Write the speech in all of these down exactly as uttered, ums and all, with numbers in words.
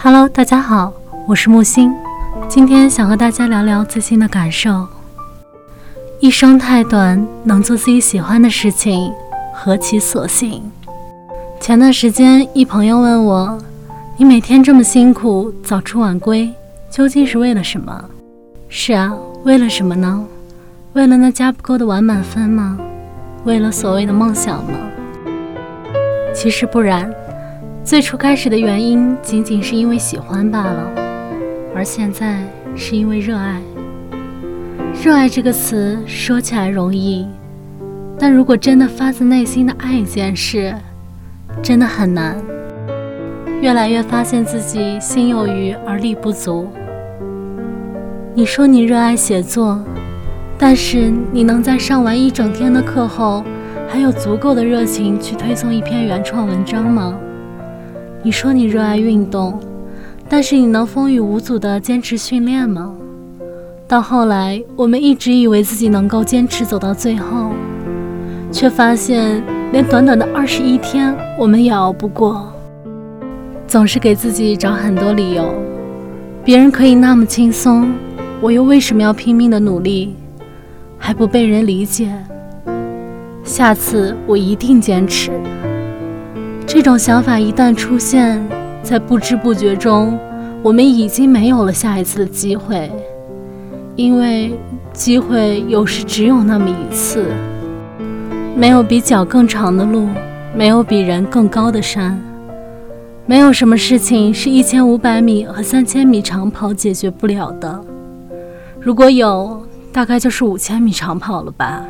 Hello， 大家好，我是木星，今天想和大家聊聊最近的感受。一生太短，能做自己喜欢的事情，何其所幸。前段时间，一朋友问我，你每天这么辛苦，早出晚归，究竟是为了什么？是啊，为了什么呢？为了那加不够的完满分吗？为了所谓的梦想吗？其实不然，最初开始的原因仅仅是因为喜欢罢了，而现在是因为热爱。热爱这个词说起来容易，但如果真的发自内心的爱一件事，真的很难。越来越发现自己心有余而力不足。你说你热爱写作，但是你能在上完一整天的课后，还有足够的热情去推送一篇原创文章吗？你说你热爱运动，但是你能风雨无阻地坚持训练吗？到后来，我们一直以为自己能够坚持走到最后，却发现连短短的二十一天，我们也熬不过。总是给自己找很多理由，别人可以那么轻松，我又为什么要拼命的努力，还不被人理解？下次我一定坚持。这种想法一旦出现，在不知不觉中，我们已经没有了下一次的机会，因为机会有时只有那么一次。没有比脚更长的路，没有比人更高的山，没有什么事情是一千五百米和三千米长跑解决不了的。如果有，大概就是五千米长跑了吧。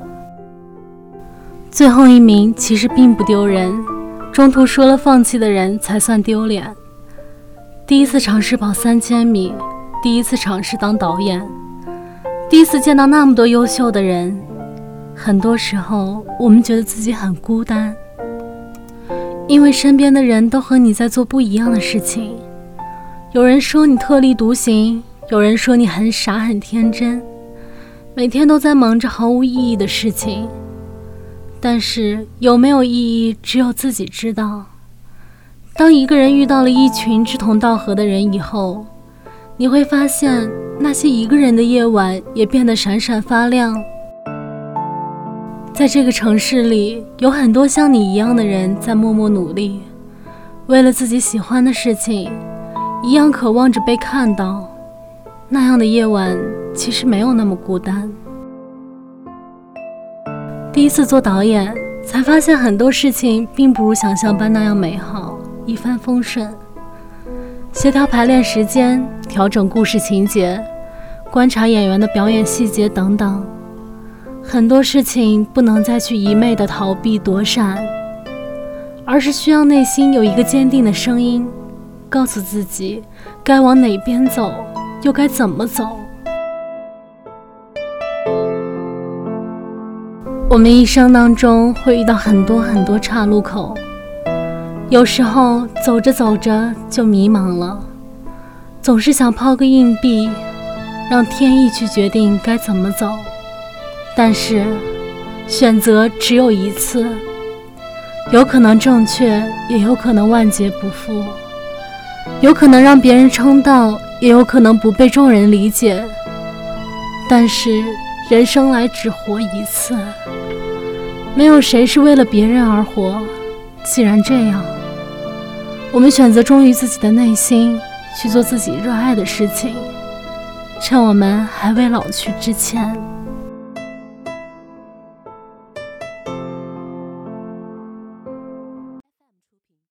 最后一名其实并不丢人，中途说了放弃的人才算丢脸。第一次尝试跑三千米，第一次尝试当导演，第一次见到那么多优秀的人，很多时候我们觉得自己很孤单，因为身边的人都和你在做不一样的事情。有人说你特立独行，有人说你很傻很天真，每天都在忙着毫无意义的事情。但是有没有意义，只有自己知道。当一个人遇到了一群志同道合的人以后，你会发现那些一个人的夜晚也变得闪闪发亮。在这个城市里，有很多像你一样的人在默默努力，为了自己喜欢的事情，一样渴望着被看到。那样的夜晚其实没有那么孤单。第一次做导演，才发现很多事情并不如想象般那样美好，一帆风顺。协调排练时间，调整故事情节，观察演员的表演细节等等，很多事情不能再去一昧的逃避躲闪，而是需要内心有一个坚定的声音，告诉自己该往哪边走，又该怎么走。我们一生当中会遇到很多很多岔路口，有时候走着走着就迷茫了，总是想抛个硬币，让天意去决定该怎么走。但是选择只有一次，有可能正确，也有可能万劫不复，有可能让别人称道，也有可能不被众人理解。但是人生来只活一次，没有谁是为了别人而活。既然这样，我们选择忠于自己的内心，去做自己热爱的事情，趁我们还未老去之前。